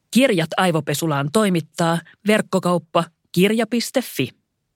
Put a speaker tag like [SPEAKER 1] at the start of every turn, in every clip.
[SPEAKER 1] Kirjat aivopesulaan toimittaa verkkokauppa kirja.fi.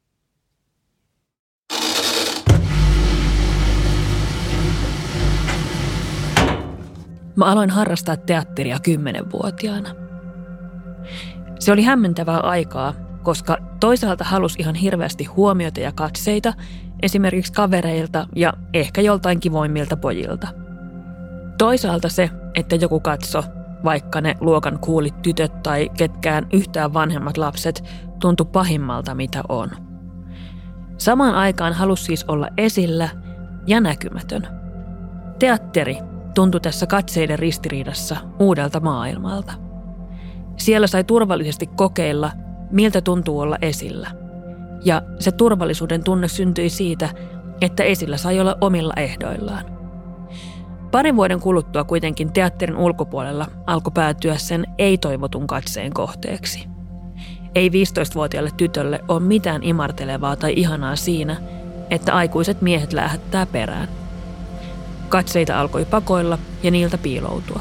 [SPEAKER 1] Mä aloin harrastaa teatteria 10-vuotiaana. Se oli hämmentävää aikaa, koska toisaalta halusi ihan hirveästi huomiota ja katseita, esimerkiksi kavereilta ja ehkä joltain kivoimmilta pojilta. Toisaalta se, että joku katso, vaikka ne luokan kuulit tytöt tai ketkään yhtään vanhemmat lapset, tuntui pahimmalta mitä on. Samaan aikaan halusi siis olla esillä ja näkymätön. Teatteri tuntui tässä katseiden ristiriidassa uudelta maailmalta. Siellä sai turvallisesti kokeilla, miltä tuntuu olla esillä. Ja se turvallisuuden tunne syntyi siitä, että esillä sai olla omilla ehdoillaan. Parin vuoden kuluttua kuitenkin teatterin ulkopuolella alkoi päätyä sen ei-toivotun katseen kohteeksi. Ei 15-vuotiaalle tytölle ole mitään imartelevaa tai ihanaa siinä, että aikuiset miehet lähettää perään. Katseita alkoi pakoilla ja niiltä piiloutua.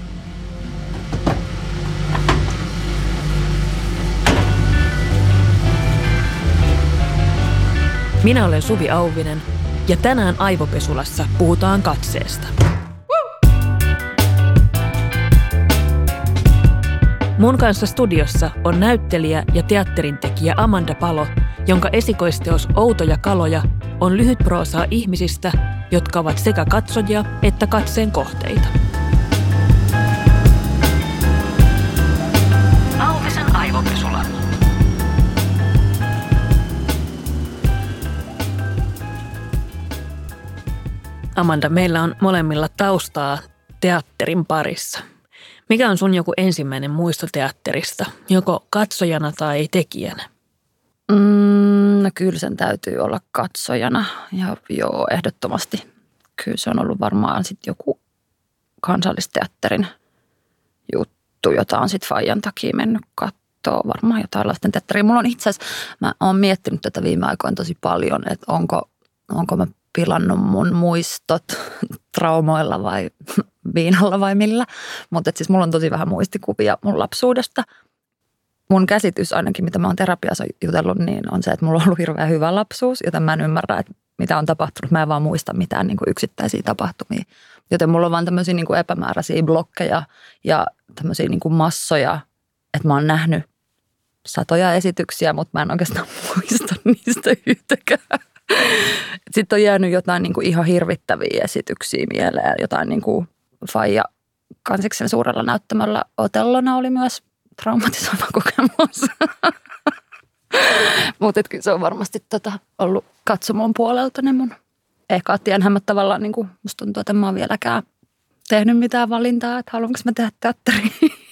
[SPEAKER 1] Minä olen Suvi Auvinen ja tänään Aivopesulassa puhutaan katseesta. Mun kanssa studiossa on näyttelijä ja teatterintekijä Amanda Palo, jonka esikoisteos Outoja kaloja on lyhyt proosaa ihmisistä, jotka ovat sekä katsojia että katseen kohteita. Auvisen Aivopesula. Amanda, meillä on molemmilla taustaa teatterin parissa. Mikä on sun joku ensimmäinen muisto teatterista, joko katsojana tai tekijänä?
[SPEAKER 2] No kyllä sen täytyy olla katsojana ja joo, ehdottomasti. Kyllä se on ollut varmaan sitten joku Kansallisteatterin juttu, jota on sitten faijan takia mennyt katsoa. Varmaan jotain lasten teatteria. Mulla on itse asiassa, mä oon miettinyt tätä viime aikoina tosi paljon, että onko mä pilannut mun muistot traumoilla vai viinalla vai millä. Mutta siis mulla on tosi vähän muistikuvia mun lapsuudesta. Mun käsitys ainakin, mitä mä oon terapiassa jutellut, niin on se, että mulla on ollut hirveän hyvä lapsuus, joten mä en ymmärrä, että mitä on tapahtunut. Mä en vaan muista mitään niin kuin yksittäisiä tapahtumia. Joten mulla on vaan tämmöisiä niin kuin epämääräisiä blokkeja ja tämmöisiä niin kuin massoja, että mä oon nähnyt satoja esityksiä, mutta mä en oikeastaan muista niistä yhtäkään. Sitten on jäänyt jotain niin kuin ihan hirvittäviä esityksiä mieleen. Jotain niin kuin faija Kansiksen suurella näyttämällä Otellona oli myös traumatisoiva kokemus. Mutta kyllä se on varmasti ollut katsomon puolelta ne mun ekat. Tiedänhän mä tavallaan, niin kuin, musta tuntuu, että en mä oon vieläkään tehnyt mitään valintaa, että haluanko mä tehdä teatteria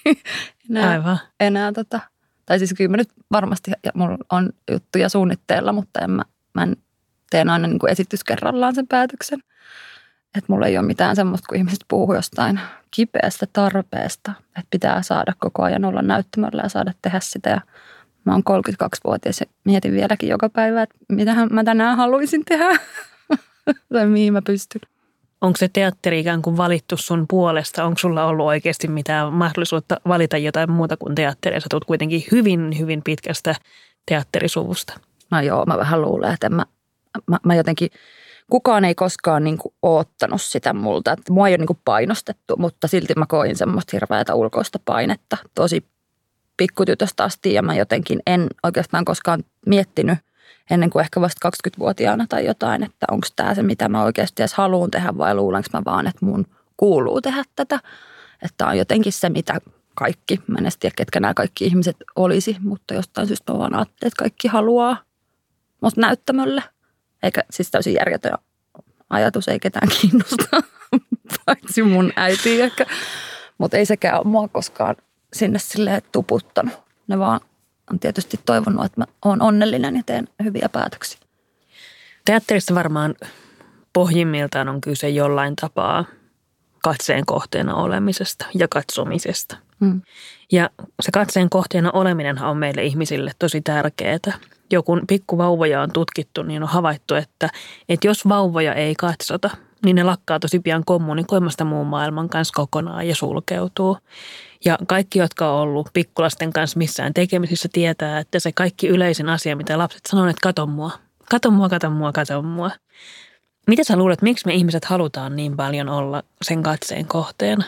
[SPEAKER 2] enää. Tai siis kyllä mä nyt varmasti, ja mulla on juttuja suunnitteilla, mutta mä en teen aina niin kuin esitys kerrallaan sen päätöksen. Että mulla ei ole mitään semmoista, kun ihmiset puhuu jostain kipeästä tarpeesta, että pitää saada koko ajan olla näyttämöllä ja saada tehdä sitä. Ja mä oon 32-vuotias ja mietin vieläkin joka päivä, että mitähän mä tänään haluaisin tehdä tai mihin mä pystyn.
[SPEAKER 1] Onko se teatteri ikään kuin valittu sun puolesta? Onko sulla ollut oikeasti mitään mahdollisuutta valita jotain muuta kuin teatteria? Sä tulet kuitenkin hyvin, hyvin pitkästä teatterisuvusta.
[SPEAKER 2] No joo, mä vähän luulen, että mä jotenkin, kukaan ei koskaan niin kuin oottanut sitä multa. Että mua ei ole niin kuin painostettu, mutta silti mä koin semmoista hirveätä ulkoista painetta tosi pikkutytöstä asti. Ja mä jotenkin en oikeastaan koskaan miettinyt ennen kuin ehkä vasta 20-vuotiaana tai jotain, että onko tämä se, mitä mä oikeasti edes haluan tehdä vai luulenko mä vaan, että mun kuuluu tehdä tätä. Että on jotenkin se, mitä kaikki, mä en tiedä, ketkä nämä kaikki ihmiset olisi, mutta jostain syystä mä vaan ajattelin, että kaikki haluaa musta näyttämölle. Eikä siis täysin järjetön ajatus, ei ketään kiinnosta, paitsi mun äiti ehkä. Mutta ei sekään ole mua koskaan sinne silleen tuputtanut. Ne vaan on tietysti toivonut, että mä oon onnellinen ja teen hyviä päätöksiä.
[SPEAKER 1] Teatterissa varmaan pohjimmiltaan on kyse jollain tapaa katseen kohteena olemisesta ja katsomisesta. Ja se katseen kohteena oleminenhan on meille ihmisille tosi tärkeää. Jo kun pikkuvauvoja on tutkittu, niin on havaittu, että jos vauvoja ei katsota, niin ne lakkaa tosi pian kommunikoimasta muun maailman kanssa kokonaan ja sulkeutuu. Ja kaikki, jotka on ollut pikkulasten kanssa missään tekemisissä, tietää, että se kaikki yleisin asia, mitä lapset sanoo, että kato mua. Kato mua, kato mua, kato mua. Mitä sä luulet, miksi me ihmiset halutaan niin paljon olla sen katseen kohteena?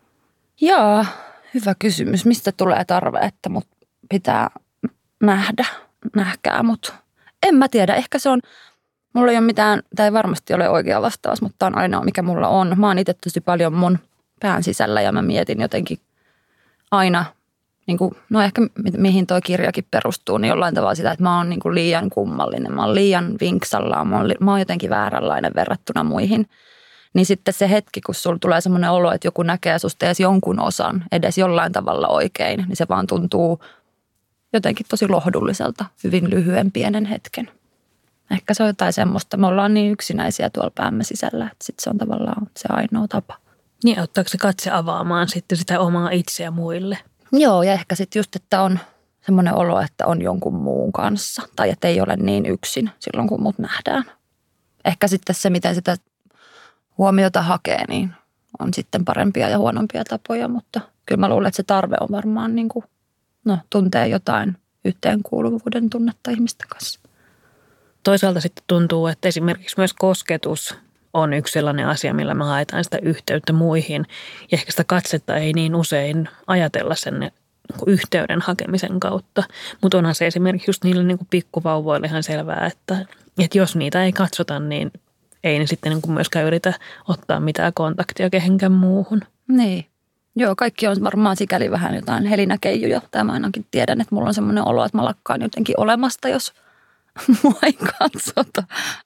[SPEAKER 2] Jaa, hyvä kysymys. Mistä tulee tarve, että mut pitää nähdä? Nähkää mut. En mä tiedä. Ehkä se on, mulla ei ole mitään, tämä ei varmasti ole oikea vastaus, mutta tämä on ainoa, mikä mulla on. Mä oon itse tosi paljon mun pään sisällä ja mä mietin jotenkin aina, niin kuin, no ehkä mihin toi kirjakin perustuu, niin jollain tavalla sitä, että mä oon niin kuin liian kummallinen. Mä oon liian vinksallaan, mä oon jotenkin vääränlainen verrattuna muihin. Niin sitten se hetki, kun sulla tulee semmoinen olo, että joku näkee susta edes jonkun osan, edes jollain tavalla oikein, niin se vaan tuntuu jotenkin tosi lohdulliselta, hyvin lyhyen pienen hetken. Ehkä se on jotain semmoista. Me ollaan niin yksinäisiä tuolla päämme sisällä, että sitten se on tavallaan se ainoa tapa.
[SPEAKER 1] Niin, ottaako se katse avaamaan sitten sitä omaa itseä muille?
[SPEAKER 2] Joo, ja ehkä sitten just, että on semmoinen olo, että on jonkun muun kanssa. Tai että ei ole niin yksin silloin, kun mut nähdään. Ehkä sitten se, miten sitä huomiota hakee, niin on sitten parempia ja huonompia tapoja. Mutta kyllä mä luulen, että se tarve on varmaan niin kuin, tuntee jotain yhteenkuuluvuuden tunnetta ihmisten kanssa.
[SPEAKER 1] Toisaalta sitten tuntuu, että esimerkiksi myös kosketus on yksi sellainen asia, millä me haetaan sitä yhteyttä muihin. Ja ehkä sitä katsetta ei niin usein ajatella sen yhteyden hakemisen kautta. Mutta onhan se esimerkiksi just niille niin kuin pikkuvauvoille ihan selvää, että jos niitä ei katsota, niin ei ne sitten niin kuin myöskään yritä ottaa mitään kontaktia kehenkään muuhun.
[SPEAKER 2] Niin. Joo, kaikki on varmaan sikäli vähän jotain helinäkeijuja. Tai mä ainakin tiedän, että mulla on semmoinen olo, että mä lakkaan jotenkin olemasta, jos mua ei katsota.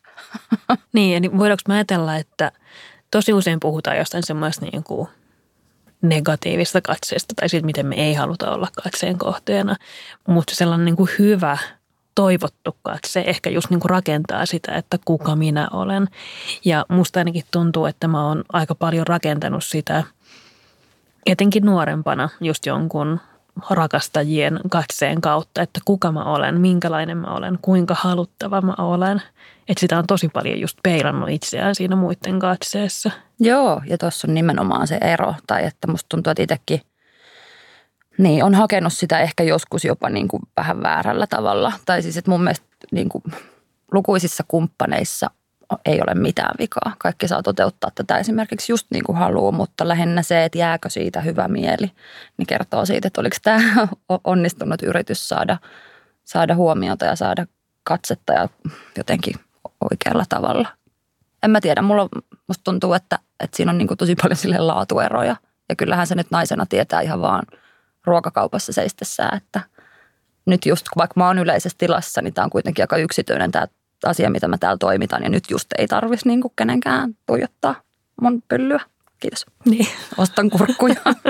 [SPEAKER 1] Niin, eli voidaanko mä ajatella, että tosi usein puhutaan jostain semmoista niin kuin negatiivista katseesta tai siitä, miten me ei haluta olla katseen kohteena. Mutta sellainen niin kuin hyvä, toivottu katse ehkä just niin kuin rakentaa sitä, että kuka minä olen. Ja musta ainakin tuntuu, että mä oon aika paljon rakentanut sitä etenkin nuorempana just jonkun rakastajien katseen kautta, että kuka mä olen, minkälainen mä olen, kuinka haluttava mä olen. Että sitä on tosi paljon just peilannut itseään siinä muiden katseessa.
[SPEAKER 2] Joo, ja tuossa on nimenomaan se ero. Tai että musta tuntuu, että itsekin niin, on hakenut sitä ehkä joskus jopa niin kuin vähän väärällä tavalla. Tai siis, että mun mielestä niin kuin lukuisissa kumppaneissa ei ole mitään vikaa. Kaikki saa toteuttaa tätä esimerkiksi just niin kuin haluaa, mutta lähinnä se, että jääkö siitä hyvä mieli, niin kertoo siitä, että oliko tämä onnistunut yritys saada huomiota ja saada katsetta ja jotenkin oikealla tavalla. En mä tiedä, musta tuntuu, että siinä on niin kuin tosi paljon sille laatueroja. Ja kyllähän se nyt naisena tietää ihan vaan ruokakaupassa seistessään, että nyt just vaikka mä oon yleisessä tilassa, niin tää on kuitenkin aika yksityinen tämä asia, mitä mä täällä toimitan. Ja nyt just ei tarvitsisi niin kuin kenenkään tuijottaa mun pyllyä. Kiitos.
[SPEAKER 1] Niin.
[SPEAKER 2] Ostan kurkkuja.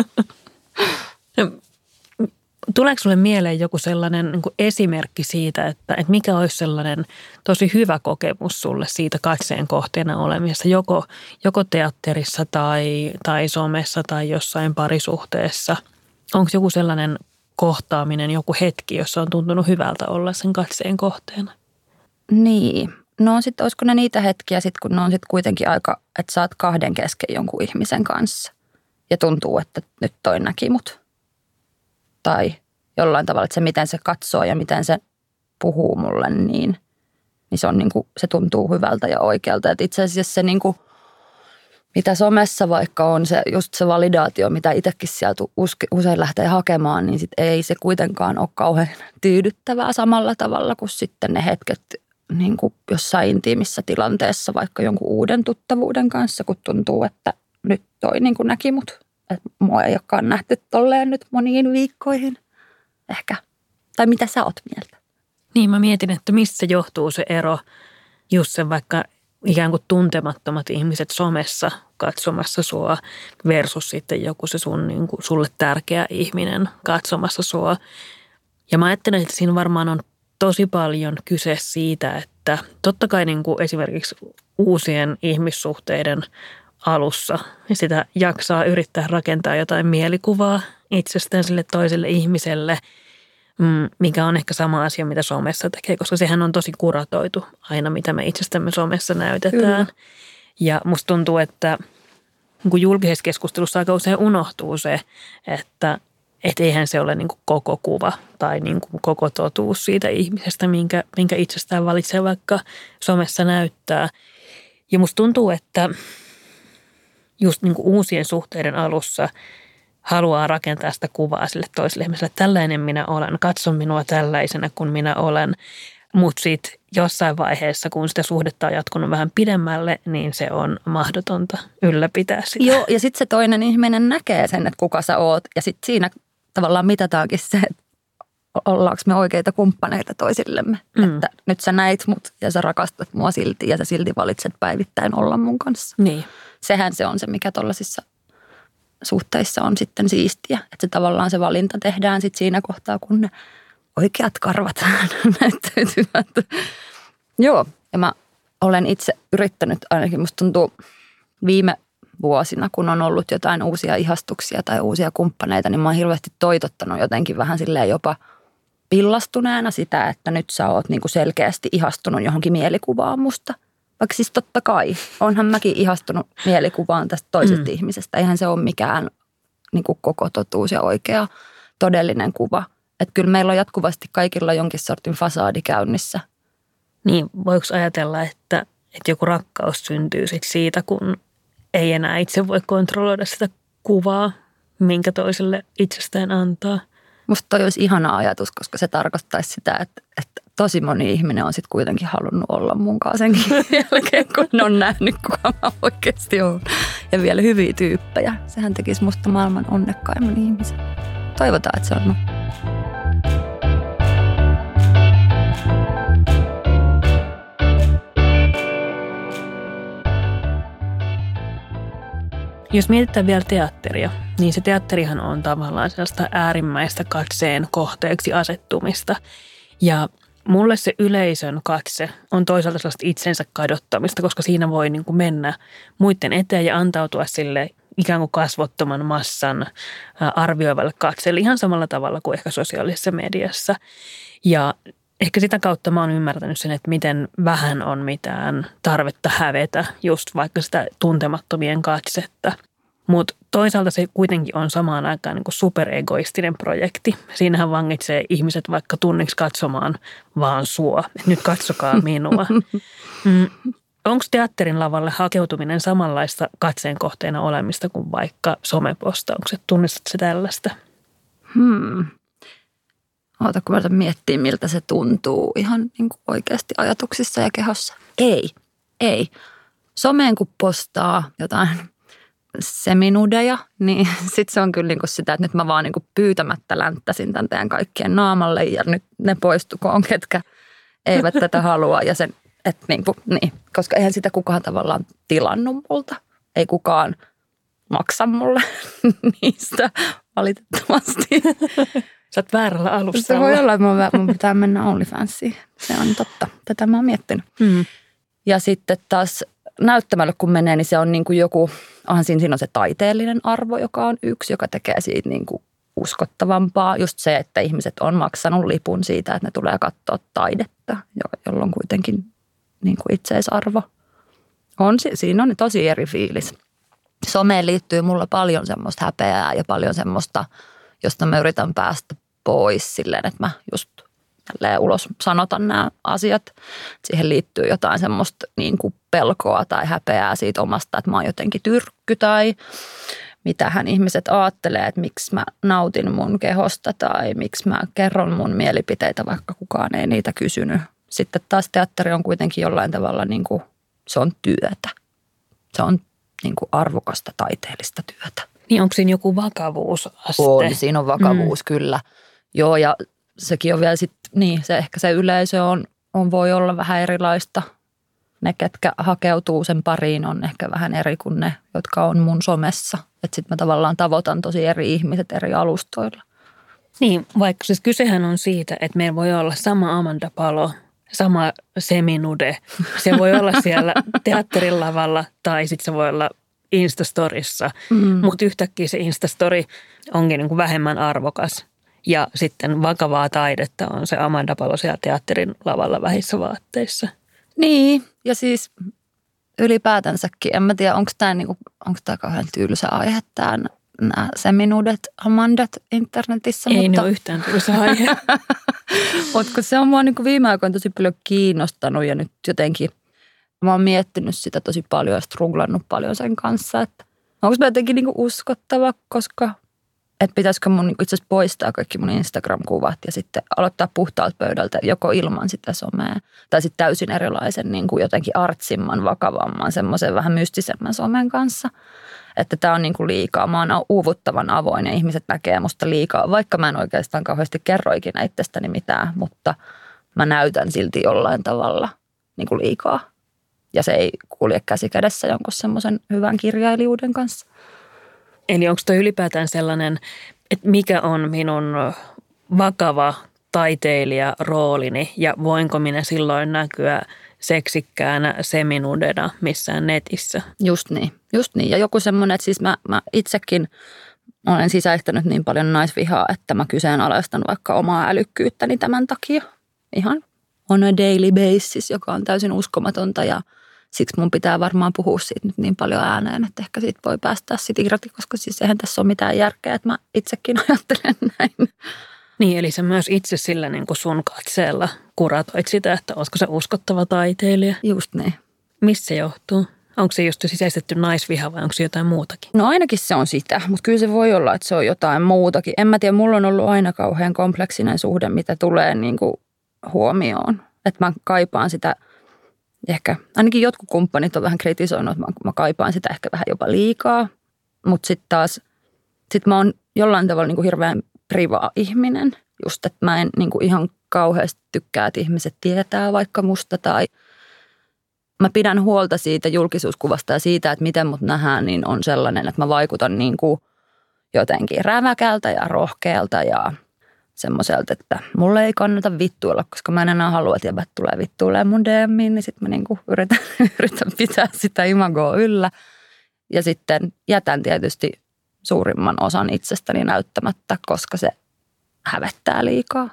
[SPEAKER 1] Tuleeko sulle mieleen joku sellainen niin kuin esimerkki siitä, että mikä olisi sellainen tosi hyvä kokemus sulle siitä katseen kohteena olemisesta, joko teatterissa tai somessa tai jossain parisuhteessa? Onko joku sellainen kohtaaminen, joku hetki, jossa on tuntunut hyvältä olla sen katseen kohteena?
[SPEAKER 2] Niin. No sitten olisiko ne niitä hetkiä sitten, kun ne on sitten kuitenkin aika, että sä oot kahden kesken jonkun ihmisen kanssa ja tuntuu, että nyt toi näki mut. Tai jollain tavalla, että se miten se katsoo ja miten se puhuu mulle, niin se on niin kuin, se tuntuu hyvältä ja oikealta. Että itse asiassa se niin kuin, mitä somessa vaikka on se just se validaatio, mitä itsekin sieltä usein lähtee hakemaan, niin sit ei se kuitenkaan ole kauhean tyydyttävää samalla tavalla kuin sitten ne hetket niin kuin jossain intiimissä tilanteessa vaikka jonkun uuden tuttavuuden kanssa, kun tuntuu, että nyt toi niin kuin näki mut. Että mua ei olekaan nähty tolleen nyt moniin viikkoihin ehkä. Tai mitä sä oot mieltä?
[SPEAKER 1] Niin mä mietin, että mistä se johtuu se ero just sen vaikka ikään kuin tuntemattomat ihmiset somessa katsomassa sua versus sitten joku se sun niin kuin sulle tärkeä ihminen katsomassa sua. Ja mä ajattelen, että siinä varmaan on tosi paljon kyse siitä, että totta kai niin kuin esimerkiksi uusien ihmissuhteiden alussa sitä jaksaa yrittää rakentaa jotain mielikuvaa itsestään sille toiselle ihmiselle, mikä on ehkä sama asia, mitä somessa tekee, koska sehän on tosi kuratoitu aina, mitä me itsestämme somessa näytetään. Kyllä. Ja musta tuntuu, että kun julkisessa keskustelussa aika usein unohtuu se, että eihän se ole niin kuin koko kuva tai niin kuin koko totuus siitä ihmisestä, minkä itsestään valitsee vaikka somessa näyttää. Ja musta tuntuu, että just niin kuin uusien suhteiden alussa haluaa rakentaa sitä kuvaa sille toiselle ihmiselle. Tällainen minä olen, katso minua tällaisena kuin minä olen. Mutta sitten jossain vaiheessa, kun sitä suhdetta on jatkunut vähän pidemmälle, niin se on mahdotonta ylläpitää sitä.
[SPEAKER 2] Joo, ja sitten se toinen ihminen näkee sen, että kuka sä oot. Ja sitten siinä tavallaan mitataankin se, että ollaanko me oikeita kumppaneita toisillemme. Että nyt sä näit mut ja sä rakastat mua silti ja sä silti valitset päivittäin olla mun kanssa.
[SPEAKER 1] Niin.
[SPEAKER 2] Sehän se on se, mikä tuollaisissa suhteissa on sitten siistiä. Että se tavallaan se valinta tehdään sitten siinä kohtaa, kun ne oikeat karvat näyttäytyvät. Joo, ja mä olen itse yrittänyt, ainakin musta tuntuu viime vuosina, kun on ollut jotain uusia ihastuksia tai uusia kumppaneita, niin mä oon hirveästi toitottanut jotenkin vähän silleen jopa pillastuneena sitä, että nyt sä oot niinku selkeästi ihastunut johonkin mielikuvaan musta. Vaikka siis totta kai, onhan mäkin ihastunut mielikuvaan tästä toisesta ihmisestä. Eihän se ole mikään niinku koko totuus ja oikea todellinen kuva. Että kyllä meillä on jatkuvasti kaikilla jonkin sortin fasaadi käynnissä.
[SPEAKER 1] Niin, voiko ajatella, että joku rakkaus syntyy sit siitä, kun ei enää itse voi kontrolloida sitä kuvaa, minkä toiselle itsestään antaa?
[SPEAKER 2] Musta toi olisi ihana ajatus, koska se tarkoittaisi sitä, että tosi moni ihminen on sitten kuitenkin halunnut olla munkaan senkin jälkeen, kun ne on nähnyt, kuka mä oikeasti olen. Ja vielä hyviä tyyppejä. Sehän tekisi musta maailman onnekkaimman ihmisen. Toivotaan, että se on.
[SPEAKER 1] Jos mietitään vielä teatteria, niin se teatterihan on tavallaan sellaista äärimmäistä katseen kohteeksi asettumista. Ja mulle se yleisön katse on toisaalta sellaista itsensä kadottamista, koska siinä voi niin kuin mennä muiden eteen ja antautua sille ikään kuin kasvottoman massan arvioivalle katseelle ihan samalla tavalla kuin ehkä sosiaalisessa mediassa. Ja ehkä sitä kautta mä oon ymmärtänyt sen, että miten vähän on mitään tarvetta hävetä just vaikka sitä tuntemattomien katsetta. Mutta toisaalta se kuitenkin on samaan aikaan niin kuin superegoistinen projekti. Siinähän vangitsee ihmiset vaikka tunniksi katsomaan vaan sua. Nyt katsokaa minua. Onko teatterin lavalle hakeutuminen samanlaista katseen kohteena olemista kuin vaikka somepostaukset? Tunnistatko se tällaista?
[SPEAKER 2] Oota, kun mä miettii, miltä se tuntuu ihan niin kuin oikeasti ajatuksissa ja kehossa. Ei. Someen kun postaa jotain seminudeja, niin sitten se on kyllä niin kuin sitä, että nyt mä vaan niin kuin pyytämättä länttäsin tämän teidän kaikkien naamalle ja nyt ne poistukoon, ketkä eivät tätä halua. Ja sen, että niin, koska eihän sitä kukaan tavallaan tilannut multa. Ei kukaan maksa mulle niistä valitettavasti.
[SPEAKER 1] Sä oot väärällä alustalla.
[SPEAKER 2] Se voi olla, että mun pitää mennä OnlyFansiin. Se on totta. Tätä mä oon miettinyt. Ja sitten taas näyttämällä kun menee, niin se on niin kuin joku, siinä on se taiteellinen arvo, joka on yksi, joka tekee siitä niin kuin uskottavampaa. Just se, että ihmiset on maksanut lipun siitä, että ne tulee katsoa taidetta, jolla on kuitenkin niin kuin itseisarvo. Siinä on tosi eri fiilis. Someen liittyy mulla paljon semmoista häpeää ja paljon semmoista, josta mä yritän päästä pois silleen, että mä just tälleen ulos sanotan nämä asiat. Siihen liittyy jotain semmoista niin kuin pelkoa tai häpeää siitä omasta, että mä oon jotenkin tyrkky tai mitähän ihmiset ajattelee, että miksi mä nautin mun kehosta tai miksi mä kerron mun mielipiteitä, vaikka kukaan ei niitä kysynyt. Sitten taas teatteri on kuitenkin jollain tavalla niin kuin, se on työtä. Se on niin kuin arvokasta taiteellista työtä.
[SPEAKER 1] Niin onko siinä joku vakavuusaste?
[SPEAKER 2] On, siinä on vakavuus kyllä. Joo, ja sekin on vielä sitten, niin se ehkä se yleisö voi olla vähän erilaista. Ne, ketkä hakeutuu sen pariin, on ehkä vähän eri kuin ne, jotka on mun somessa. Että sitten mä tavallaan tavoitan tosi eri ihmiset eri alustoilla.
[SPEAKER 1] Niin, vaikka siis kysehän on siitä, että meillä voi olla sama Amanda Palo, sama seminude. Se voi olla siellä teatterin lavalla tai sitten se voi olla Instastorissa, mutta yhtäkkiä se Instastory onkin niin kuin vähemmän arvokas. Ja sitten vakavaa taidetta on se Amanda Palo siellä teatterin lavalla vähissä vaatteissa.
[SPEAKER 2] Niin, ja siis ylipäätänsäkin. En mä tiedä, onko tämä kauhean tylsä aihe, nämä seminuudet, hamandat internetissä.
[SPEAKER 1] Ei ne ole yhtään tylsä aihe.
[SPEAKER 2] Mutta kun se on mua niin kuin viime aikoina tosi paljon kiinnostanut ja nyt jotenkin mä oon miettinyt sitä tosi paljon ja struglannut paljon sen kanssa, että onko mä jotenkin niin kuin uskottava, koska että pitäisikö mun itse asiassa poistaa kaikki mun Instagram-kuvat ja sitten aloittaa puhtaalta pöydältä joko ilman sitä somea tai sitten täysin erilaisen niin kuin jotenkin artsimman, vakavamman, semmoisen vähän mystisemmän somen kanssa. Että tämä on niin kuin liikaa. Mä oon uuvuttavan avoin ja ihmiset näkee musta liikaa, vaikka mä en oikeastaan kauheasti kerro ikinä itsestäni mitään, mutta mä näytän silti jollain tavalla niin kuin liikaa. Ja se ei kulje käsi kädessä jonkun semmoisen hyvän kirjailijuuden kanssa.
[SPEAKER 1] Eli onko toi ylipäätään sellainen, että mikä on minun vakava taiteilijaroolini ja voinko minä silloin näkyä seksikkäänä seminudena missään netissä?
[SPEAKER 2] Just niin. Ja joku semmoinen, että siis mä itsekin olen sisäistänyt niin paljon naisvihaa, että mä kyseenalaistan vaikka omaa älykkyyttäni tämän takia. Ihan on a daily basis, joka on täysin uskomatonta ja siksi mun pitää varmaan puhua siitä nyt niin paljon ääneen, että ehkä siitä voi päästää sit irti, koska siis eihän tässä ole mitään järkeä, että mä itsekin ajattelen näin.
[SPEAKER 1] Niin, eli sä myös itse sillä niin kuin sun katseella kuratoit sitä, että olisiko se uskottava taiteilija?
[SPEAKER 2] Just niin.
[SPEAKER 1] Missä se johtuu? Onko se just sisäistetty naisviha vai onko se jotain muutakin?
[SPEAKER 2] No ainakin se on sitä, mutta kyllä se voi olla, että se on jotain muutakin. En mä tiedä, mulla on ollut aina kauhean kompleksinen suhde, mitä tulee niin kuin huomioon. Että mä kaipaan sitä, ehkä ainakin jotkut kumppanit on vähän kritisoinut, että mä kaipaan sitä ehkä vähän jopa liikaa. Mutta sitten taas, mä oon jollain tavalla niin kuin hirveän privaa ihminen. Just, että mä en niin kuin ihan kauheasti tykkää, että ihmiset tietää vaikka musta tai mä pidän huolta siitä julkisuuskuvasta ja siitä, että miten mut nähdään, niin on sellainen, että mä vaikutan niin kuin jotenkin räväkältä ja rohkealta ja semmoiselta, että mulle ei kannata vittuilla, koska mä en enää halua, että jäbät tulee vittuilemaan mun DMiin, niin sitten mä niin kuin yritän pitää sitä imagoa yllä. Ja sitten jätän tietysti suurimman osan itsestäni näyttämättä, koska se hävettää liikaa.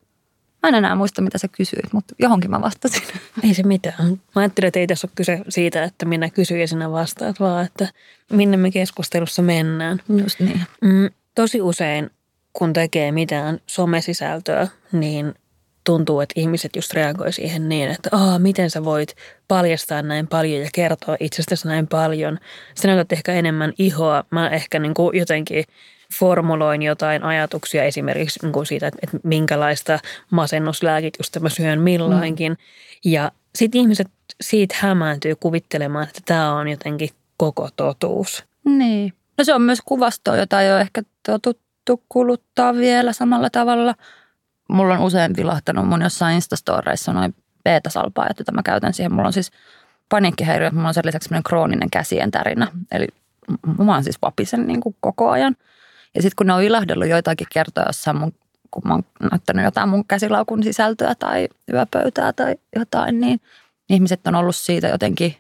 [SPEAKER 2] Mä en enää muista, mitä sä kysyit, mutta johonkin mä vastasin.
[SPEAKER 1] Ei se mitään. Mä ajattelin, että ei tässä ole kyse siitä, että minä kysyn ja sinä vastaat, vaan että minne me keskustelussa mennään.
[SPEAKER 2] Just niin.
[SPEAKER 1] Tosi usein, kun tekee mitään somesisältöä, niin tuntuu, että ihmiset just reagoi siihen niin, että miten sä voit paljastaa näin paljon ja kertoa itsestäsi näin paljon. Sä näytät ehkä enemmän ihoa. Mä ehkä niin kuin jotenkin formuloin jotain ajatuksia esimerkiksi niin kuin siitä, että minkälaista masennuslääkitystä mä syön milloinkin. Ja sitten ihmiset siitä hämääntyy kuvittelemaan, että tämä on jotenkin koko totuus.
[SPEAKER 2] Niin. No se on myös kuvastoa, jota ei ole ehkä totuttu kuluttaa vielä samalla tavalla. Mulla on usein vilahtanut mun jossain Instastoreissa noin beta-salpaajat, jota mä käytän siihen. Mulla on siis paniikkihäiriö, mulla on sen lisäksi sellainen krooninen käsien tärinä. Eli mä oon siis vapisen niin kuin koko ajan. Ja sitten kun ne on ilahdellut joitakin kertoja jossain kun mä oon näyttänyt jotain mun käsilaukun sisältöä tai yöpöytää tai jotain, niin ihmiset on ollut siitä jotenkin,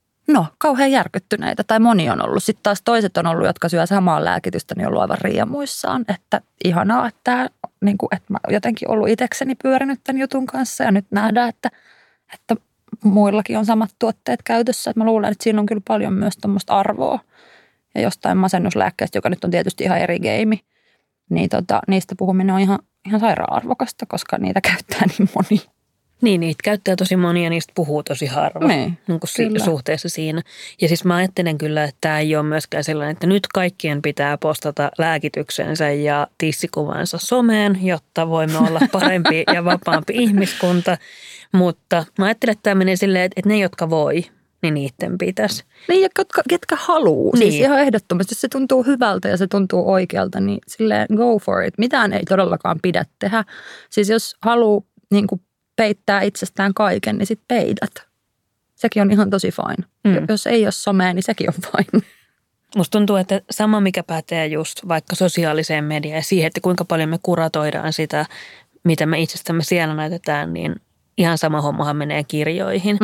[SPEAKER 2] kauhean järkyttyneitä. Tai moni on ollut. Sitten taas toiset on ollut, jotka syö samaa lääkitystä, niin on ollut aivan riemuissaan. Että ihanaa, että, niin kuin, että mä jotenkin ollut itsekseni pyörinyt tämän jutun kanssa. Ja nyt nähdään, että muillakin on samat tuotteet käytössä. Että mä luulen, että siinä on kyllä paljon myös tuommoista arvoa. Ja jostain masennuslääkkeestä, joka nyt on tietysti ihan eri game, niin niistä puhuminen on ihan sairaan arvokasta, koska niitä käyttää niin moni.
[SPEAKER 1] Niin, niitä käyttää tosi moni ja niistä puhuu tosi harva
[SPEAKER 2] niin
[SPEAKER 1] suhteessa siinä. Ja siis mä ajattelen kyllä, että tämä ei ole myöskään sellainen, että nyt kaikkien pitää postata lääkityksensä ja tissikuvansa someen, jotta voimme olla parempi ja vapaampi ihmiskunta. Mutta mä ajattelen, että tämä menee silleen, että ne, jotka voi, niin niiden pitäisi.
[SPEAKER 2] Niin, ja ketkä haluaa. Niin. Siis ihan ehdottomasti, jos se tuntuu hyvältä ja se tuntuu oikealta, niin silleen go for it. Mitään ei todellakaan pidä tehdä. Siis jos haluaa niin kuin peittää itsestään kaiken, niin sit peität. Sekin on ihan tosi fine. Jos ei ole somea, niin sekin on fine.
[SPEAKER 1] Musta tuntuu, että sama mikä pätee just vaikka sosiaaliseen mediaan ja siihen, että kuinka paljon me kuratoidaan sitä, mitä me itsestämme siellä näytetään, niin ihan sama hommahan menee kirjoihin.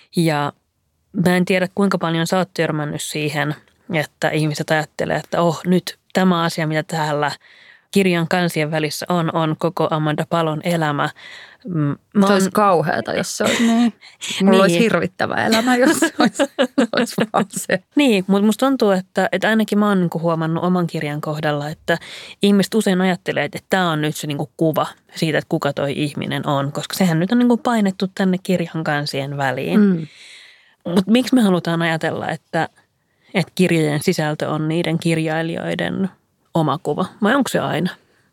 [SPEAKER 1] Ja mä en tiedä, kuinka paljon sä oot törmännyt siihen, että ihmiset ajattelee, että nyt tämä asia, mitä täällä kirjan kansien välissä on koko Amanda Palon elämä.
[SPEAKER 2] Se olisi kauheata, jos se olisi niin. Mulla olisi hirvittävä elämä, jos se olisi vaan se.
[SPEAKER 1] Niin, mutta musta tuntuu, että ainakin mä oon niinku huomannut oman kirjan kohdalla, että ihmiset usein ajattelee, että tämä on nyt se niinku kuva siitä, että kuka toi ihminen on, koska sehän nyt on niinku painettu tänne kirjan kansien väliin. Mutta miksi me halutaan ajatella, että kirjojen sisältö on niiden kirjailijoiden oma kuva, vai onko se aina?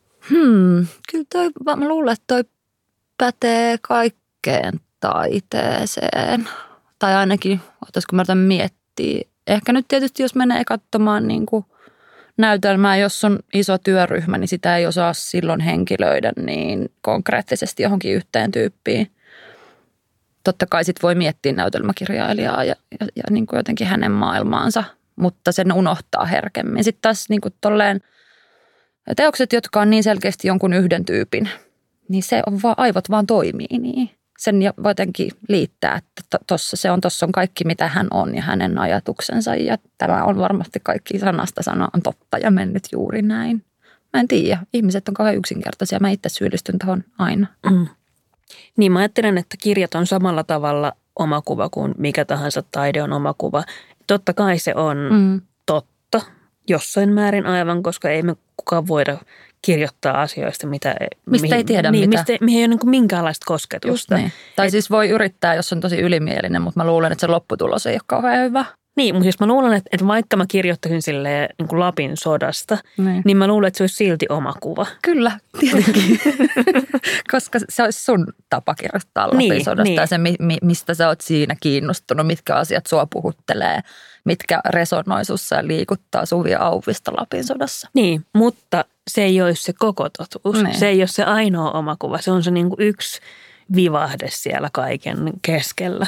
[SPEAKER 2] Kyllä mä luulen, että toi pätee kaikkeen taiteeseen. Tai ainakin, ottaisiko mä miettiä. Ehkä nyt tietysti, jos menee katsomaan niin kuin näytelmää, jos on iso työryhmä, niin sitä ei osaa silloin henkilöidä niin konkreettisesti johonkin yhteen tyyppiin. Totta kai sit voi miettiä näytelmäkirjailijaa ja niin kuin jotenkin hänen maailmaansa, mutta sen unohtaa herkemmin. Sitten taas niin kuin tolleen teokset, jotka on niin selkeästi jonkun yhden tyypin, niin se on vaan, aivot vaan toimii niin. Sen jotenkin liittää, että tuossa on kaikki, mitä hän on ja hänen ajatuksensa. Ja tämä on varmasti kaikki sanasta sanaan totta ja mennyt juuri näin. Mä en tiedä. Ihmiset on kauhean yksinkertaisia. Mä itse syyllistyn tuohon aina.
[SPEAKER 1] Niin mä ajattelen, että kirjat on samalla tavalla oma kuva kuin mikä tahansa taide on oma kuva. Totta kai se on totta jossain määrin aivan, koska ei me kukaan voida kirjoittaa asioista,
[SPEAKER 2] mistä ei tiedä mitä.
[SPEAKER 1] Mihin ei ole niin minkäänlaista kosketusta.
[SPEAKER 2] Niin. Tai siis voi yrittää, jos on tosi ylimielinen, mutta mä luulen, että se lopputulos ei ole kauhean hyvä.
[SPEAKER 1] Niin, mutta jos mä luulen, että vaikka mä kirjoittaisin silleen niin kuin Lapin sodasta, niin mä luulen, että se olisi silti oma kuva.
[SPEAKER 2] Kyllä, tietenkin. Koska se olisi sun tapa kirjoittaa Lapin sodasta ja se, mistä sä oot siinä kiinnostunut, mitkä asiat sua puhuttelee, mitkä resonoi sussa ja liikuttaa Suvi Auvista Lapin sodassa.
[SPEAKER 1] Niin, mutta se ei olisi se koko totuus. Se ei ole se ainoa oma kuva. Se on se niin kuin yksi vivahde siellä kaiken keskellä.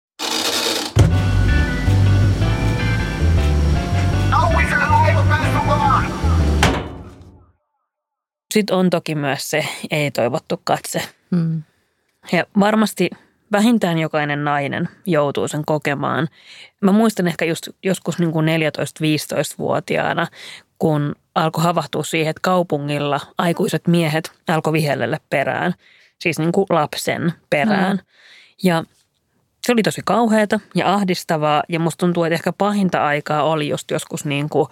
[SPEAKER 1] Sitten on toki myös se ei-toivottu katse. Ja varmasti vähintään jokainen nainen joutuu sen kokemaan. Mä muistan ehkä just joskus niin kuin 14-15-vuotiaana, kun alkoi havahtua siihen, että kaupungilla aikuiset miehet alkoi vihellellä perään. Siis niin kuin lapsen perään. Ja se oli tosi kauheata ja ahdistavaa ja musta tuntuu, että ehkä pahinta aikaa oli just joskus niin kuin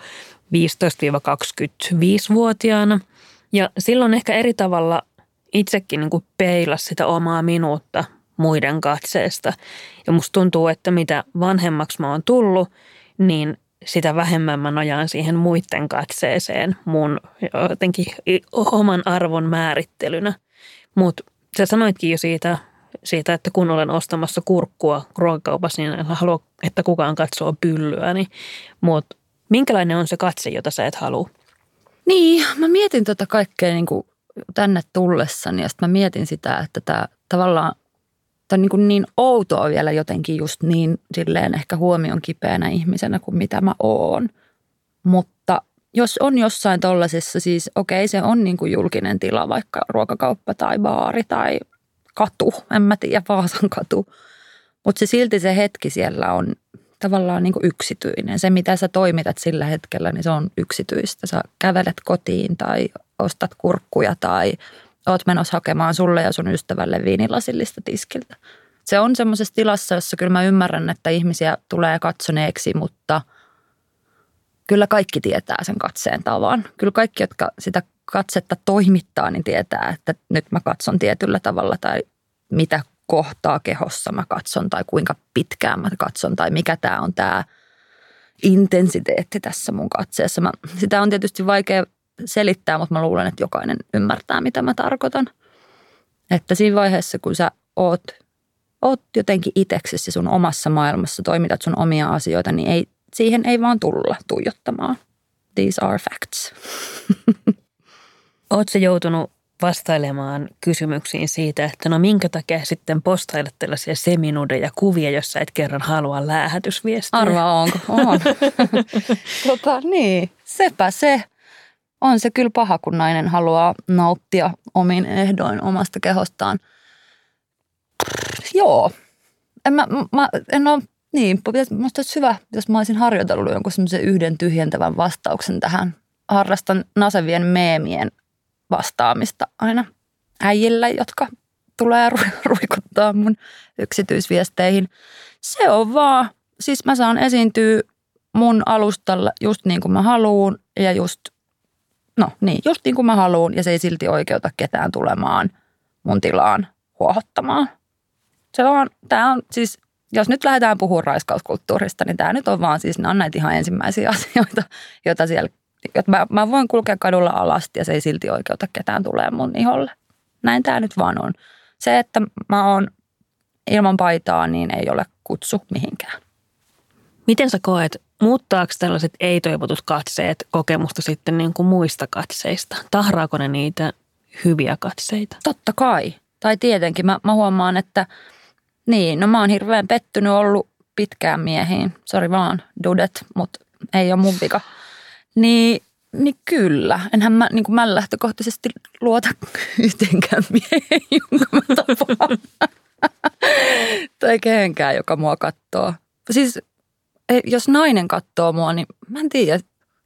[SPEAKER 1] 15-25-vuotiaana. Ja silloin ehkä eri tavalla itsekin niin kuin peilasi sitä omaa minuutta muiden katseesta. Ja musta tuntuu, että mitä vanhemmaksi mä oon tullut, niin sitä vähemmän mä nojaan siihen muiden katseeseen mun jotenkin oman arvon määrittelynä. Mutta sä sanoitkin jo siitä, että kun olen ostamassa kurkkua ruokakaupassa, niin en halua, että kukaan katsoo pyllyäni. Mutta minkälainen on se katse, jota sä et halua?
[SPEAKER 2] Niin, mä mietin tätä kaikkea niin kuin tänne tullessani ja sitten mä mietin sitä, että tämä tavallaan tämä on niin outoa vielä jotenkin just niin silleen ehkä huomion kipeänä ihmisenä kuin mitä mä oon. Mutta jos on jossain tollasessa, siis okei, se on niin kuin julkinen tila, vaikka ruokakauppa tai baari tai katu, en mä tiedä, Vaasan katu. Mutta se silti se hetki siellä on tavallaan niin kuin yksityinen. Se, mitä sä toimitat sillä hetkellä, niin se on yksityistä. Sä kävelet kotiin tai ostat kurkkuja tai oot menossa hakemaan sulle ja sun ystävälle viinilasillista tiskiltä. Se on semmoisessa tilassa, jossa kyllä mä ymmärrän, että ihmisiä tulee katsoneeksi, mutta kyllä kaikki tietää sen katseen tavan. Kyllä kaikki, jotka sitä katsetta toimittaa, niin tietää, että nyt mä katson tietyllä tavalla tai mitä kohtaa kehossa mä katson tai kuinka pitkään mä katson tai mikä tämä on tämä intensiteetti tässä mun katseessa. Sitä on tietysti vaikea selittää, mutta mä luulen, että jokainen ymmärtää, mitä mä tarkoitan. Että siinä vaiheessa, kun sä oot jotenkin itseksesi sun omassa maailmassa, toimitat sun omia asioita, niin siihen ei vaan tulla tuijottamaan. These are facts.
[SPEAKER 1] Oot sä joutunut vastailemaan kysymyksiin siitä, että no minkä takia sitten postailet tällaisia seminudeja kuvia, jos sä et kerran halua lähestysviestiä?
[SPEAKER 2] Arvaa onko? On. Niin, sepä se. On se kyllä paha, kun nainen haluaa nauttia omin ehdoin omasta kehostaan. Joo. En ole, niin, musta olisi hyvä, jos mä olisin harjoitellut jonkun semmoisen yhden tyhjentävän vastauksen tähän. Harrastan nasevien meemien vastaamista aina äijille, jotka tulee ruikuttaa mun yksityisviesteihin. Se on vaan, siis mä saan esiintyä mun alustalla just niin kuin mä haluun ja just niin kuin mä haluun ja se ei silti oikeuta ketään tulemaan mun tilaan huohottamaan. Se vaan, tää on siis, jos nyt lähdetään puhumaan raiskauskulttuurista, niin tää nyt on vaan siis, ne on näitä ihan ensimmäisiä asioita, joita siellä, että mä voin kulkea kadulla alasti ja se ei silti oikeuta ketään tulee mun iholle. Näin tää nyt vaan on. Se, että mä oon ilman paitaa, niin ei ole kutsu mihinkään.
[SPEAKER 1] Miten sä koet, muuttaako tällaiset ei-toivotut katseet kokemusta sitten niin kuin muista katseista? Tahraako ne niitä hyviä katseita?
[SPEAKER 2] Totta kai. Tai tietenkin. Mä huomaan, että mä oon hirveän pettynyt ollut pitkään miehiin. Sori vaan, dudet, mutta ei ole mun vika. Niin kyllä. Enhän mä lähtökohtaisesti luota yhteenkään mieheen, jonka mä tapaan. Tai kehenkään, joka mua katsoo. Siis jos nainen katsoo mua, niin mä en tiedä.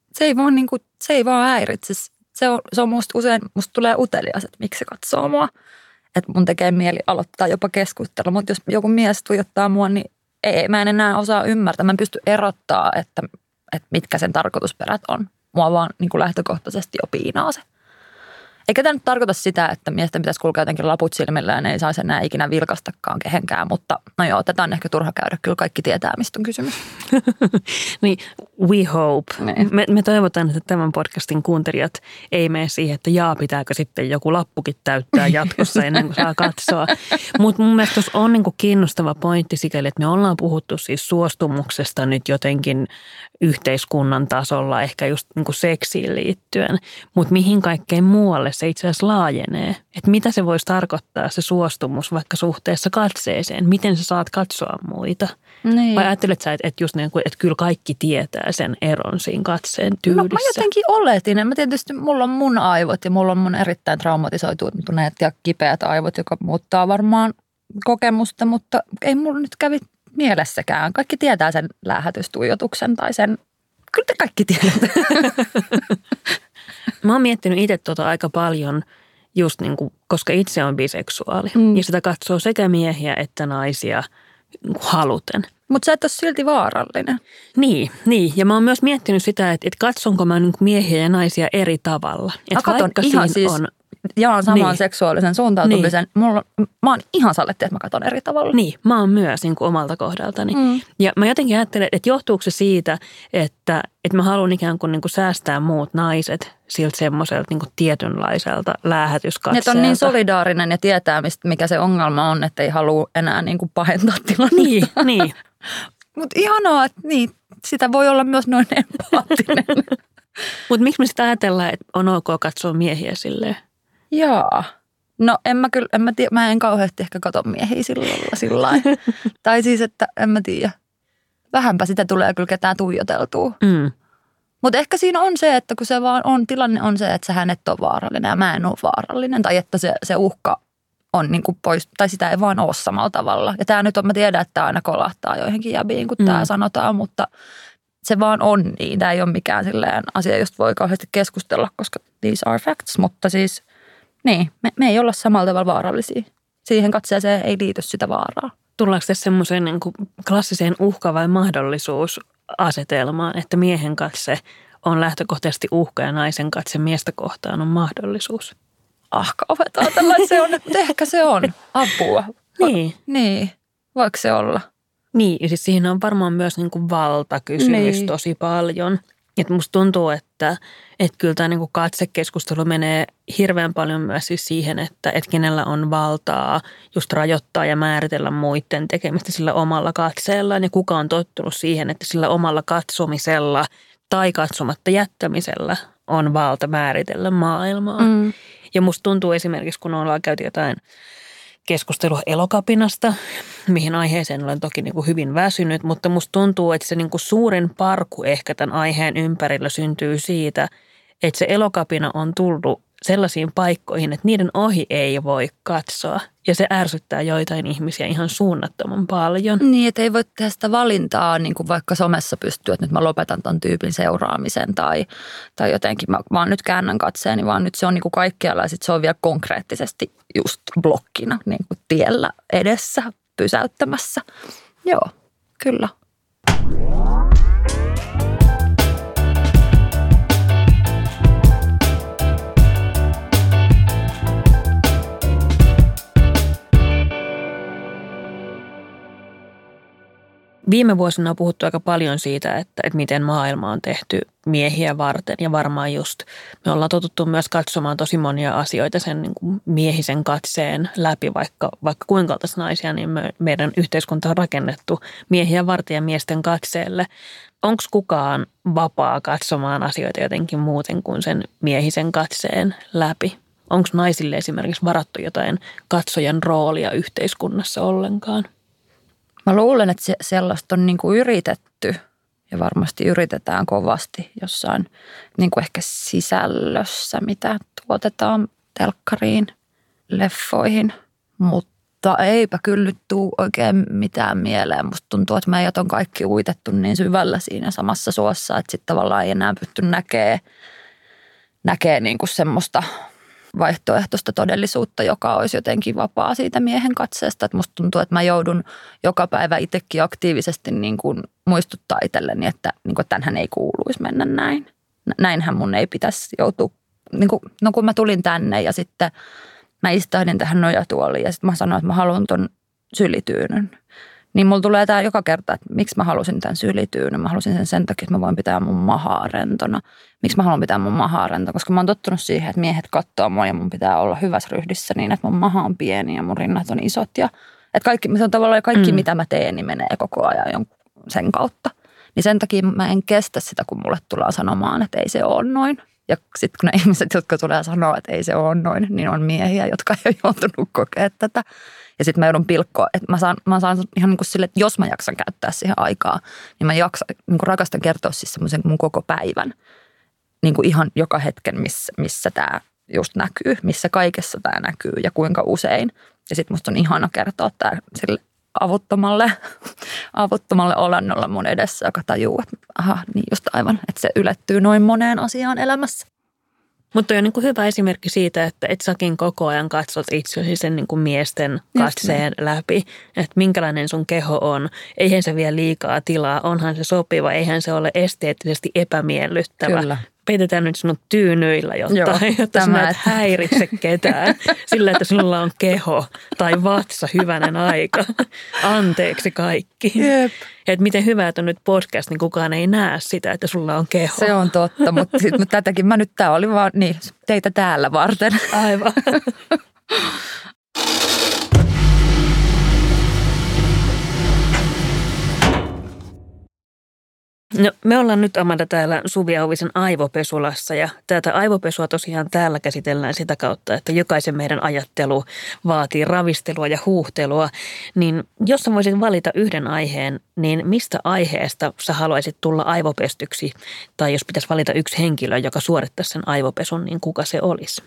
[SPEAKER 2] Se ei vaan häiritse. Se on musta tulee utelias, että miksi se katsoo mua. Että mun tekee mieli aloittaa jopa keskustella. Mutta jos joku mies tuijottaa mua, niin mä en enää osaa ymmärtää. Mä en pysty erottaa, että mitkä sen tarkoitusperät on. Mua vaan niin kuin lähtökohtaisesti jo piinaa se. Eikä tämä nyt tarkoita sitä, että miesten pitäisi kulkea jotenkin laput silmillä ja ei saisi enää ikinä vilkastakaan kehenkään. Mutta no joo, tätä on ehkä turha käydä. Kyllä kaikki tietää, mistä on kysymys.
[SPEAKER 1] Niin, we hope. Niin. Me toivotaan, että tämän podcastin kuuntelijat ei mene siihen, että pitääkö sitten joku lappukin täyttää jatkossa ennen kuin saa katsoa. Mutta mun mielestä tuossa on niinku kiinnostava pointti sikäli, että me ollaan puhuttu siis suostumuksesta nyt jotenkin yhteiskunnan tasolla, ehkä just niinku seksiin liittyen. Mutta mihin kaikkeen muualle se itse asiassa laajenee. Että mitä se voisi tarkoittaa se suostumus vaikka suhteessa katseeseen. Miten sä saat katsoa muita? Niin. Vai ajattelet sä, että just niin kuin, että kyllä kaikki tietää sen eron siinä katseen tyylissä?
[SPEAKER 2] No mä jotenkin oletin. Mä tietysti, mulla on mun aivot ja mulla on mun erittäin traumatisoituneet ja kipeät aivot, joka muuttaa varmaan kokemusta, mutta ei mulla nyt kävi mielessäkään. Kaikki tietää sen lähetystuijotuksen tai sen, kyllä te kaikki tiedätte.
[SPEAKER 1] Mä oon miettinyt itse aika paljon just niin kuin, koska itse on biseksuaali. Ja sitä katsoo sekä miehiä että naisia haluten.
[SPEAKER 2] Mutta sä et ole silti vaarallinen.
[SPEAKER 1] Niin. Ja mä oon myös miettinyt sitä, että katsonko mä niin kuin miehiä ja naisia eri tavalla.
[SPEAKER 2] Mä katson ihan siis, jaan saman seksuaalisen suuntautumisen. Mä oon ihan salletti, että mä katson eri tavalla.
[SPEAKER 1] Niin, mä oon myös niin kuin omalta kohdaltani. Ja mä jotenkin ajattelen, että johtuuko se siitä, että mä haluan ikään kuin säästää muut naiset siltä semmoiselta niin kuin tietynlaiselta läähätyskatseelta.
[SPEAKER 2] Että on niin solidaarinen ja tietää, mikä se ongelma on, että ei halua enää niin kuin pahentaa tilannetta.
[SPEAKER 1] Niin.
[SPEAKER 2] Mutta ihanaa, että niin, sitä voi olla myös noin empaattinen.
[SPEAKER 1] Mutta miksi me sitä ajatellaan, että on ok katsoa miehiä silleen?
[SPEAKER 2] Jaa. No mä en kauheasti ehkä katso miehiä sillä tai siis, että en mä tiedä. Vähänpä sitä tulee kyllä ketään tuijoteltua. Mutta ehkä siinä on se, että kun se vaan on, tilanne on se, että sähän et ole vaarallinen ja mä en ole vaarallinen. Tai että se uhka on niin kuin pois, tai sitä ei vaan ole samalla tavalla. Ja tämä nyt on, mä tiedän, että tämä aina kolahtaa joihinkin jäbiin, kun tämä sanotaan, mutta se vaan on niin. Tämä ei ole mikään silleen asia, josta voi kauheasti keskustella, koska these are facts. Mutta siis niin, me ei olla samalla tavalla vaarallisia. Siihen katseeseen ei liity sitä vaaraa.
[SPEAKER 1] Tullaanko tässä semmoiseen niin kuin klassiseen uhka- vai mahdollisuusasetelmaan, että miehen katse on lähtökohtaisesti uhka ja naisen katse miestä kohtaan on mahdollisuus?
[SPEAKER 2] Kauheeta tällainen se on, mutta ehkä se on apua. Niin, voiko se olla?
[SPEAKER 1] Niin, ja siis siinä on varmaan myös niin kuin valtakysymys tosi paljon. Että musta tuntuu, että kyllä tämä niin kuin katsekeskustelu menee hirveän paljon myös siis siihen, että kenellä on valtaa just rajoittaa ja määritellä muiden tekemistä sillä omalla katseellaan. Ja kuka on tottunut siihen, että sillä omalla katsomisella tai katsomatta jättämisellä on valta määritellä maailmaa. Ja musta tuntuu esimerkiksi, kun ollaan käyty jotain keskustelua Elokapinasta, mihin aiheeseen olen toki niin kuin hyvin väsynyt, mutta musta tuntuu, että se niin kuin suurin parku ehkä tämän aiheen ympärillä syntyy siitä, että se elokapina on tullut sellaisiin paikkoihin, että niiden ohi ei voi katsoa. Ja se ärsyttää joitain ihmisiä ihan suunnattoman paljon.
[SPEAKER 2] Niin, että ei voi tehdä sitä valintaa, niin kuin vaikka somessa pystyy, että nyt mä lopetan ton tyypin seuraamisen tai jotenkin mä vaan nyt käännän katseeni, vaan nyt se on niin kuin kaikkialla ja sitten se on vielä konkreettisesti just blokkina niin kuin tiellä edessä pysäyttämässä. Joo, kyllä.
[SPEAKER 1] Viime vuosina on puhuttu aika paljon siitä, että miten maailma on tehty miehiä varten ja varmaan just me ollaan totuttu myös katsomaan tosi monia asioita sen niin kuin miehisen katseen läpi, vaikka kuinka oltaisiin naisia, niin meidän yhteiskunta on rakennettu miehiä varten ja miesten katseelle. Onko kukaan vapaa katsomaan asioita jotenkin muuten kuin sen miehisen katseen läpi? Onko naisille esimerkiksi varattu jotain katsojan roolia yhteiskunnassa ollenkaan?
[SPEAKER 2] Mä luulen, että sellaista on niin kuin yritetty ja varmasti yritetään kovasti jossain niin kuin ehkä sisällössä, mitä tuotetaan telkkariin, leffoihin, mutta eipä kyllä nyt tule oikein mitään mieleen. Musta tuntuu, että meidät on kaikki uitettu niin syvällä siinä samassa suossa, että sitten tavallaan ei enää pysty näkee niin kuin semmoista vaihtoehtoista todellisuutta, joka olisi jotenkin vapaa siitä miehen katseesta. Että musta tuntuu, että mä joudun joka päivä itsekin aktiivisesti niin kuin muistuttaa itselleni, että niin kuin tämänhän ei kuuluisi mennä näin. Näinhän mun ei pitäisi joutua. Niin kuin, no kun mä tulin tänne ja sitten mä istahdin tähän nojatuoliin ja sitten mä sanoin, että mä haluan ton sylityynyn. Niin mulla tulee tää joka kerta, että miksi mä halusin tämän sylityynyn. Mä halusin sen takia, että mä voin pitää mun mahaa rentona. Miksi mä haluan pitää mun mahaa rentona? Koska mä oon tottunut siihen, että miehet katsoo mua ja mun pitää olla hyvässä ryhdissä niin, että mun maha on pieni ja mun rinnat on isot. Ja, että se on tavallaan kaikki, mitä mä teen, niin menee koko ajan sen kautta. Niin sen takia mä en kestä sitä, kun mulle tulee sanomaan, että ei se ole noin. Ja sitten kun ne ihmiset, jotka tulee sanoa, että ei se ole noin, niin on miehiä, jotka ei ole joutunut kokea tätä. Ja sitten mä joudun pilkkoa, että mä saan ihan niin kuin sille, että jos mä jaksan käyttää siihen aikaa, niin mä niin kuin rakastan kertoa siis semmoisen mun koko päivän. Niin kuin ihan joka hetken, missä tämä just näkyy, missä kaikessa tämä näkyy ja kuinka usein. Ja sitten musta on ihana kertoa tämä sille avuttomalle olennolle mun edessä, joka tajuu, että niin just aivan, että se ylettyy noin moneen asiaan elämässä.
[SPEAKER 1] Mutta on niin kuin hyvä esimerkki siitä, että et säkin koko ajan katsot itsesi sen niin kuin miesten katseen läpi, että minkälainen sun keho on. Eihän se vie liikaa tilaa, onhan se sopiva, eihän se ole esteettisesti epämiellyttävä. Kyllä. Peitetään nyt sinut tyynyillä, jotta sinä et häiritse ketään sillä, että sinulla on keho tai vatsa hyvänen aika. Anteeksi kaikki.
[SPEAKER 2] Jep.
[SPEAKER 1] Että miten hyvä, että on nyt podcast, niin kukaan ei näe sitä, että sulla on keho.
[SPEAKER 2] Se on totta, mutta tätäkin tämä oli vaan niin, teitä täällä varten.
[SPEAKER 1] Aivan. No, me ollaan nyt, Amanda, täällä Suvi Auvisen aivopesulassa ja tätä aivopesua tosiaan täällä käsitellään sitä kautta, että jokaisen meidän ajattelu vaatii ravistelua ja huuhtelua. Niin jos sä voisit valita yhden aiheen, niin mistä aiheesta sä haluaisit tulla aivopestyksi? Tai jos pitäisi valita yksi henkilö, joka suorittaisi sen aivopesun, niin kuka se olisi?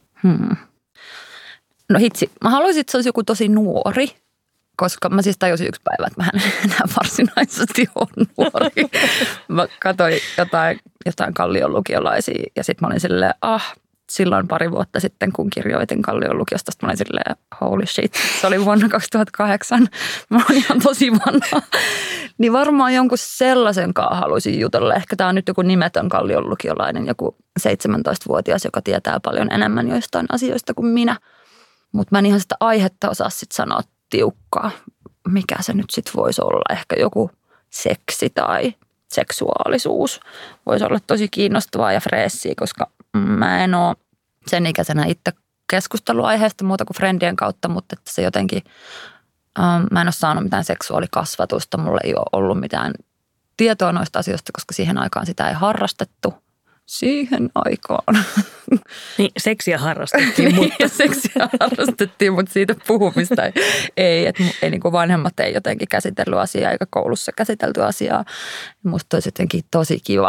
[SPEAKER 2] No hitsi, mä haluaisin, että se olisi joku tosi nuori. Koska mä siis tajusin yksi päivä, että mä en enää varsinaisesti ole nuori. Mä katsoin jotain Kallion lukiolaisia ja sitten mä olin silleen, silloin pari vuotta sitten, kun kirjoitin Kallion lukiosta, mä olin silleen, holy shit, se oli vuonna 2008. Mä olin ihan tosi vanha. Niin varmaan jonkun sellaisenkaan haluaisin jutella. Ehkä tää on nyt joku nimetön Kallion lukiolainen, joku 17-vuotias, joka tietää paljon enemmän joistain asioista kuin minä. Mutta mä en ihan sitä aihetta osaa sitten sanoa tiukkaa. Mikä se nyt sitten voisi olla? Ehkä joku seksi tai seksuaalisuus voisi olla tosi kiinnostavaa ja freessiä, koska mä en ole sen ikäisenä itse keskusteluaiheesta muuta kuin friendien kautta, mutta että se jotenkin, mä en ole saanut mitään seksuaalikasvatusta, mulla ei ole ollut mitään tietoa noista asioista, koska siihen aikaan sitä ei harrastettu. Siihen aikaan.
[SPEAKER 1] Niin, seksiä harrastettiin,
[SPEAKER 2] mutta siitä puhumista ei. Että ei niin kuin vanhemmat ei jotenkin käsitellyt asiaa eikä koulussa käsitelty asiaa. Musta olisi jotenkin tosi kiva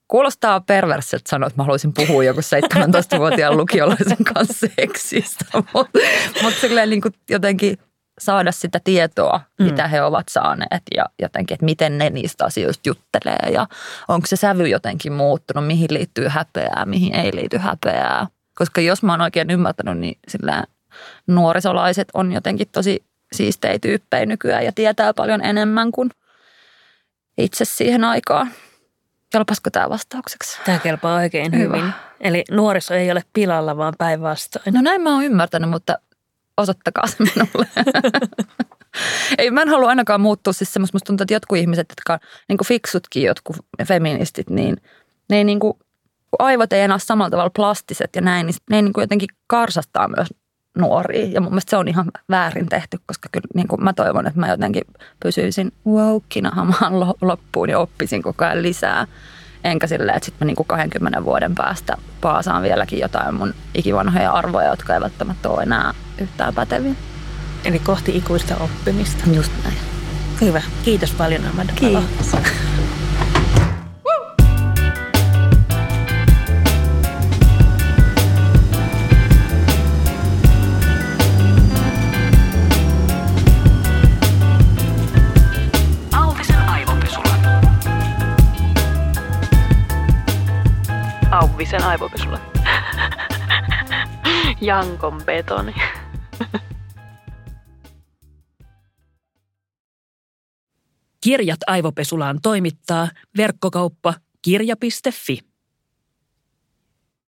[SPEAKER 2] Kuulostaa perversiltä sanoa, että mä haluaisin puhua joku 17-vuotiaan lukiolaisen kanssa seksistä, mutta silleen niin kuin jotenkin saada sitä tietoa, mitä he ovat saaneet ja jotenkin, että miten ne niistä asioista juttelee ja onko se sävy jotenkin muuttunut, mihin liittyy häpeää, mihin ei liity häpeää. Koska jos mä oon oikein ymmärtänyt, niin silleen nuorisolaiset on jotenkin tosi siistejä tyyppejä nykyään ja tietää paljon enemmän kuin itse siihen aikaan. Kelpasko tämä vastaukseksi?
[SPEAKER 1] Tämä kelpaa oikein hyvin. Eli nuoriso ei ole pilalla, vaan päinvastoin.
[SPEAKER 2] No näin mä oon ymmärtänyt, mutta osoittakaa se minulle. Ei, mä en halua ainakaan muuttua siis semmoista. Musta tuntuu, että jotkut ihmiset, jotka niin kuin fiksutkin, jotkut feministit, niin ne ei niin kuin, aivot ei enää samalla tavalla plastiset ja näin, niin ne ei niin kuin jotenkin karsastaa myös nuoria. Ja mun mielestä se on ihan väärin tehty, koska kyllä niin kuin mä toivon, että mä jotenkin pysyisin woukina hamaan loppuun ja oppisin koko ajan lisää. Enkä silleen, että sitten mä niin kuin 20 vuoden päästä paasaan vieläkin jotain mun ikivanhoja arvoja, jotka ei välttämättä ole enää yhtään päteviä.
[SPEAKER 1] Eli kohti ikuista oppimista.
[SPEAKER 2] Just näin.
[SPEAKER 1] Hyvä. Kiitos paljon, Amanda.
[SPEAKER 2] Kiitos.
[SPEAKER 1] Auvisen aivopesulla. Jankon betoni. Kirjat aivopesulaan toimittaa verkkokauppa kirja.fi.